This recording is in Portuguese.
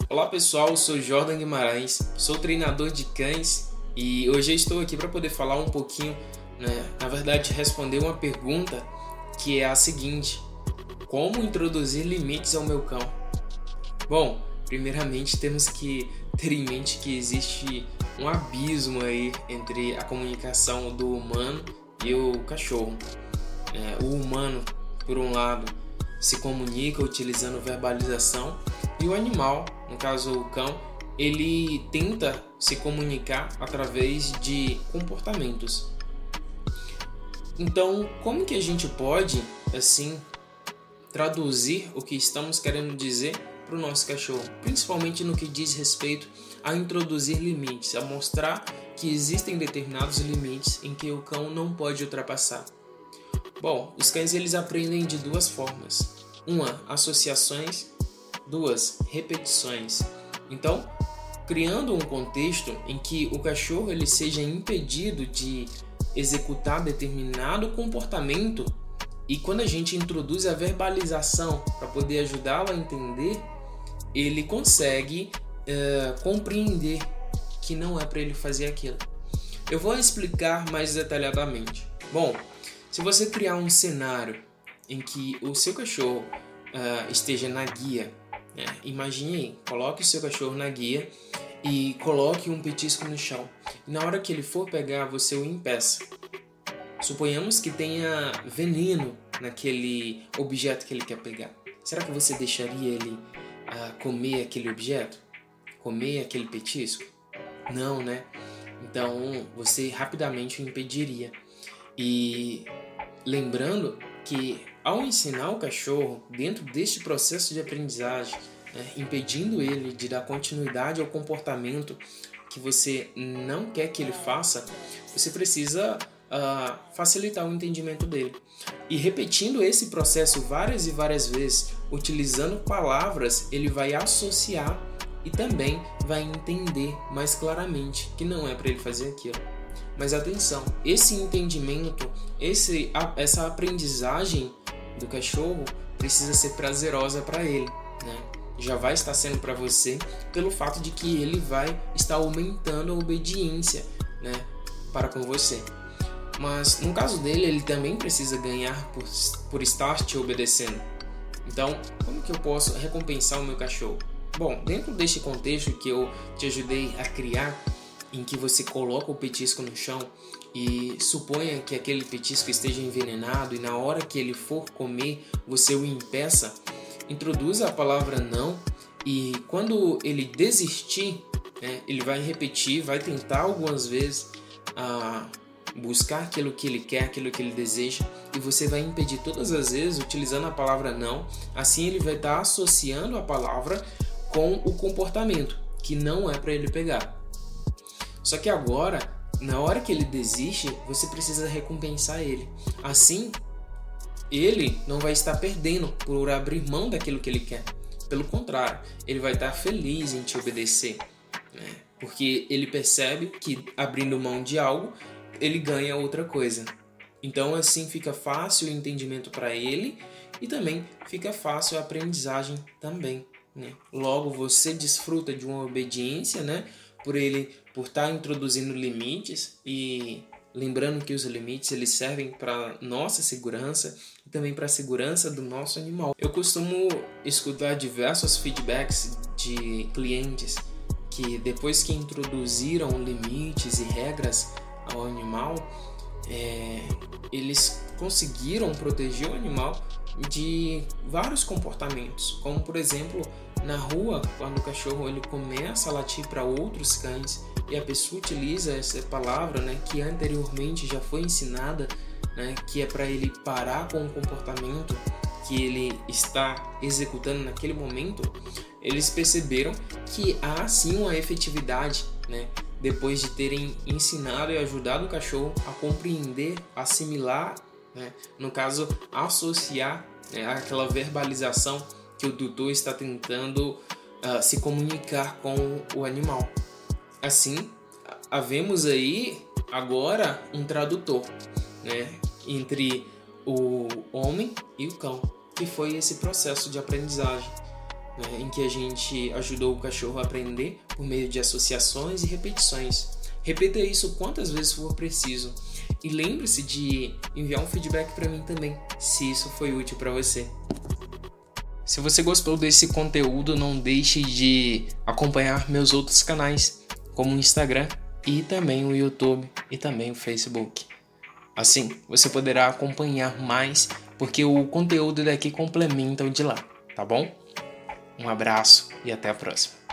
Olá pessoal, eu sou Jordan Guimarães, sou treinador de cães e hoje eu estou aqui para poder falar um pouquinho, na verdade responder uma pergunta que é a seguinte: como introduzir limites ao meu cão? Bom, primeiramente temos que ter em mente que existe um abismo aí entre a comunicação do humano e o cachorro. O humano, por um lado, se comunica utilizando verbalização e o animal, no caso o cão, ele tenta se comunicar através de comportamentos. Então, como que a gente pode, assim, traduzir o que estamos querendo dizer para o nosso cachorro? Principalmente no que diz respeito a introduzir limites, a mostrar que existem determinados limites em que o cão não pode ultrapassar. Bom, os cães eles aprendem de duas formas. Uma, associações. Duas, repetições. Então, criando um contexto em que o cachorro ele seja impedido de executar determinado comportamento, e quando a gente introduz a verbalização para poder ajudá-lo a entender, ele consegue compreender que não é para ele fazer aquilo. Eu vou explicar mais detalhadamente. Bom, se você criar um cenário em que o seu cachorro esteja na guia, imagine aí, coloque o seu cachorro na guia e coloque um petisco no chão. E na hora que ele for pegar, você o impeça. Suponhamos que tenha veneno naquele objeto que ele quer pegar. Será que você deixaria ele comer aquele objeto? Comer aquele petisco? Não, né? Então você rapidamente o impediria. E lembrando que ao ensinar o cachorro dentro deste processo de aprendizagem, impedindo ele de dar continuidade ao comportamento que você não quer que ele faça, você precisa facilitar o entendimento dele. E repetindo esse processo várias e várias vezes, utilizando palavras, ele vai associar e também vai entender mais claramente que não é para ele fazer aquilo. Mas atenção, esse entendimento, essa aprendizagem do cachorro precisa ser prazerosa para ele, né? Já vai estar sendo para você pelo fato de que ele vai estar aumentando a obediência, né, para com você. Mas no caso dele, ele também precisa ganhar por estar te obedecendo. Então, como que eu posso recompensar o meu cachorro? Bom, dentro deste contexto que eu te ajudei a criar, em que você coloca o petisco no chão e suponha que aquele petisco esteja envenenado e na hora que ele for comer, você o impeça, introduza a palavra não e quando ele desistir, ele vai repetir, vai tentar algumas vezes buscar aquilo que ele quer, aquilo que ele deseja, e você vai impedir todas as vezes utilizando a palavra não. Assim ele vai estar associando a palavra com o comportamento que não é para ele pegar. Só que agora, na hora que ele desiste, você precisa recompensar ele. Assim, ele não vai estar perdendo por abrir mão daquilo que ele quer. Pelo contrário, ele vai estar feliz em te obedecer, né? Porque ele percebe que abrindo mão de algo, ele ganha outra coisa. Então assim fica fácil o entendimento para ele e também fica fácil a aprendizagem também, né? Logo você desfruta de uma obediência, né? Por estar introduzindo limites e lembrando que os limites eles servem para nossa segurança e também para a segurança do nosso animal. Eu costumo escutar diversos feedbacks de clientes que depois que introduziram limites e regras ao animal, eles conseguiram proteger o animal de vários comportamentos, como por exemplo na rua, quando o cachorro ele começa a latir para outros cães e a pessoa utiliza essa palavra, né, que anteriormente já foi ensinada, né, que é para ele parar com o comportamento que ele está executando naquele momento, eles perceberam que há sim uma efetividade, né, depois de terem ensinado e ajudado o cachorro a compreender, assimilar, né, no caso associar, né, aquela verbalização que o tutor está tentando se comunicar com o animal. Assim, havemos aí agora um tradutor, né, entre o homem e o cão, que foi esse processo de aprendizagem. né, em que a gente ajudou o cachorro a aprender por meio de associações e repetições. Repita isso quantas vezes for preciso. E lembre-se de enviar um feedback para mim também, se isso foi útil para você. Se você gostou desse conteúdo, não deixe de acompanhar meus outros canais, como o Instagram e também o YouTube e também o Facebook. Assim, você poderá acompanhar mais, porque o conteúdo daqui complementa o de lá, tá bom? Um abraço e até a próxima.